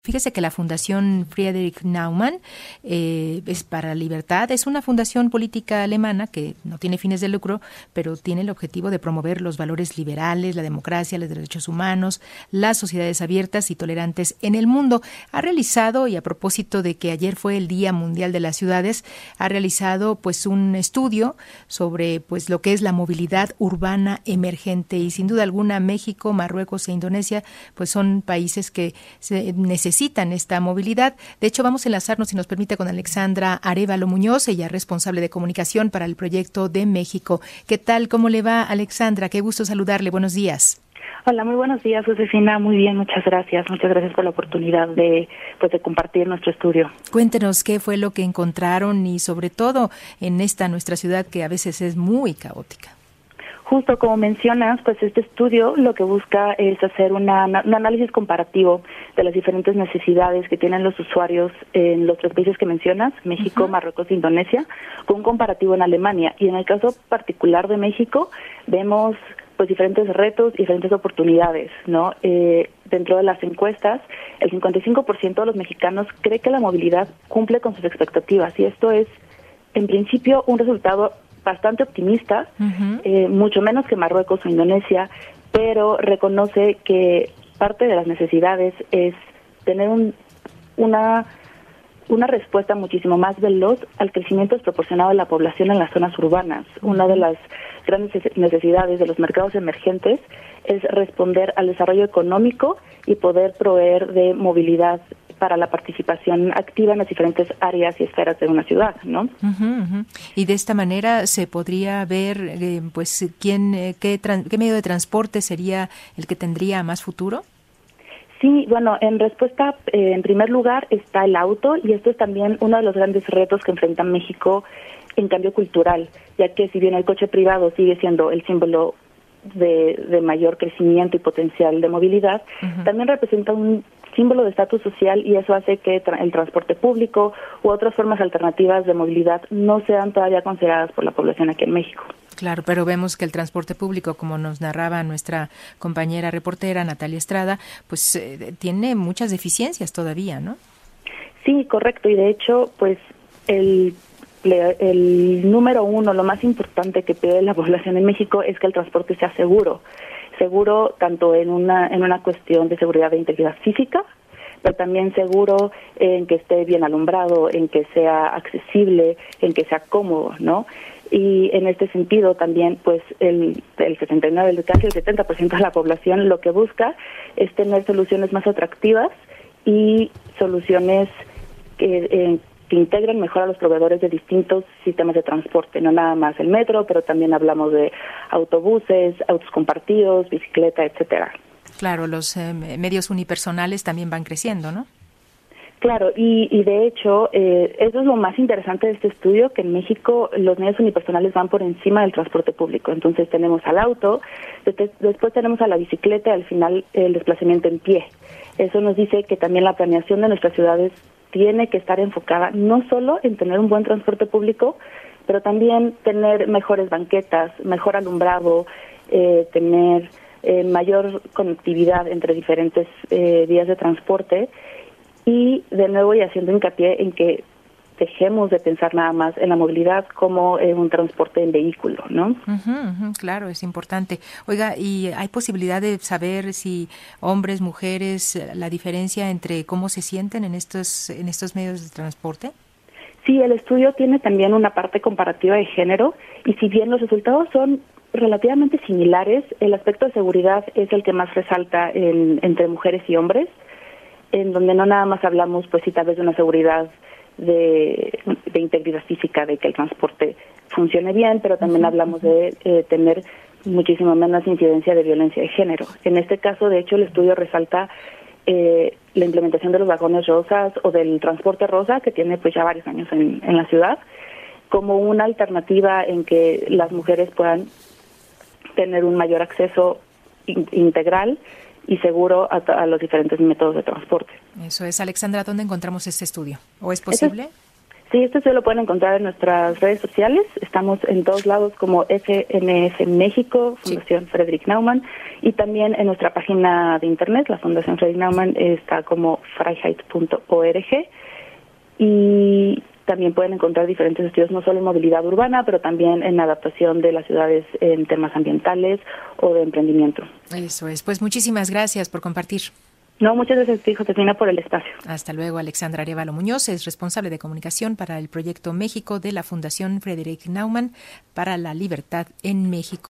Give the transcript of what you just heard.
Fíjese que la Fundación Friedrich Naumann es para la libertad, es una fundación política alemana que no tiene fines de lucro, pero tiene el objetivo de promover los valores liberales, la democracia, los derechos humanos, las sociedades abiertas y tolerantes en el mundo. Ha realizado, y a propósito de que ayer fue el Día Mundial de las Ciudades, ha realizado pues un estudio sobre pues lo que es la movilidad urbana emergente, y sin duda alguna México, Marruecos e Indonesia pues son países que necesitan esta movilidad. De hecho, vamos a enlazarnos, si nos permite, con Alexandra Arévalo Muñoz, ella es responsable de comunicación para el proyecto de México. ¿Qué tal? ¿Cómo le va, Alexandra? Qué gusto saludarle. Buenos días. Hola, muy buenos días, Josefina. Muy bien, muchas gracias. Muchas gracias por la oportunidad de compartir nuestro estudio. Cuéntenos qué fue lo que encontraron y sobre todo en esta nuestra ciudad que a veces es muy caótica. Justo como mencionas, pues este estudio lo que busca es hacer un análisis comparativo de las diferentes necesidades que tienen los usuarios en los tres países que mencionas, México, Marruecos e Indonesia, con un comparativo en Alemania. Y en el caso particular de México, vemos pues diferentes retos y diferentes oportunidades, ¿no? Dentro de las encuestas, el 55% de los mexicanos cree que la movilidad cumple con sus expectativas, y esto es, en principio, un resultado bastante optimista, mucho menos que Marruecos o Indonesia, pero reconoce que parte de las necesidades es tener una respuesta muchísimo más veloz al crecimiento desproporcionado de la población en las zonas urbanas. Una de las grandes necesidades de los mercados emergentes es responder al desarrollo económico y poder proveer de movilidad para la participación activa en las diferentes áreas y esferas de una ciudad, ¿no? Y de esta manera se podría ver, pues, qué medio de transporte sería el que tendría más futuro. Sí, bueno, en respuesta, en primer lugar está el auto, y esto es también uno de los grandes retos que enfrenta México en cambio cultural, ya que si bien el coche privado sigue siendo el símbolo de mayor crecimiento y potencial de movilidad, también representa un símbolo de estatus social, y eso hace que el transporte público u otras formas alternativas de movilidad no sean todavía consideradas por la población aquí en México. Claro, pero vemos que el transporte público, como nos narraba nuestra compañera reportera Natalia Estrada, pues tiene muchas deficiencias todavía, ¿no? Sí, correcto, y de hecho, pues el número uno, lo más importante que pide la población en México es que el transporte sea seguro tanto en una cuestión de seguridad e integridad física, pero también seguro en que esté bien alumbrado, en que sea accesible, en que sea cómodo, ¿no? Y en este sentido también, pues el 69, casi el 70% de la población lo que busca es tener soluciones más atractivas y soluciones que integren mejor a los proveedores de distintos sistemas de transporte, no nada más el metro, pero también hablamos de autobuses, autos compartidos, bicicleta, etcétera. Claro, los medios unipersonales también van creciendo, ¿no? Claro, y de hecho, eso es lo más interesante de este estudio, que en México los medios unipersonales van por encima del transporte público. Entonces tenemos al auto, después tenemos a la bicicleta y al final el desplazamiento en pie. Eso nos dice que también la planeación de nuestras ciudades tiene que estar enfocada no solo en tener un buen transporte público, pero también tener mejores banquetas, mejor alumbrado, tener mayor conectividad entre diferentes vías de transporte, y de nuevo y haciendo hincapié en que dejemos de pensar nada más en la movilidad como un transporte en vehículo, ¿no? Claro, es importante. Oiga, ¿y hay posibilidad de saber si hombres, mujeres, la diferencia entre cómo se sienten en estos medios de transporte? Sí, el estudio tiene también una parte comparativa de género, y si bien los resultados son relativamente similares, el aspecto de seguridad es el que más resalta entre mujeres y hombres, en donde no nada más hablamos, pues sí, tal vez de una seguridad de integridad física, de que el transporte funcione bien, pero también hablamos de tener muchísimo menos incidencia de violencia de género. En este caso, de hecho, el estudio resalta la implementación de los vagones rosas o del transporte rosa, que tiene pues ya varios años en la ciudad, como una alternativa en que las mujeres puedan tener un mayor acceso integral y seguro a los diferentes métodos de transporte. Eso es. Alexandra, ¿dónde encontramos este estudio? ¿O es posible? Sí, esto se lo pueden encontrar en nuestras redes sociales. Estamos en todos lados como FNF México, Fundación Frederick Naumann, y también en nuestra página de internet, la Fundación Frederick Naumann está como freiheit.org, y también pueden encontrar diferentes estudios, no solo en movilidad urbana, pero también en adaptación de las ciudades en temas ambientales o de emprendimiento. Eso es. Pues muchísimas gracias por compartir. No, muchas gracias, Josefina, por el espacio. Hasta luego. Alexandra Arévalo Muñoz es responsable de comunicación para el Proyecto México de la Fundación Frederick Naumann para la Libertad en México.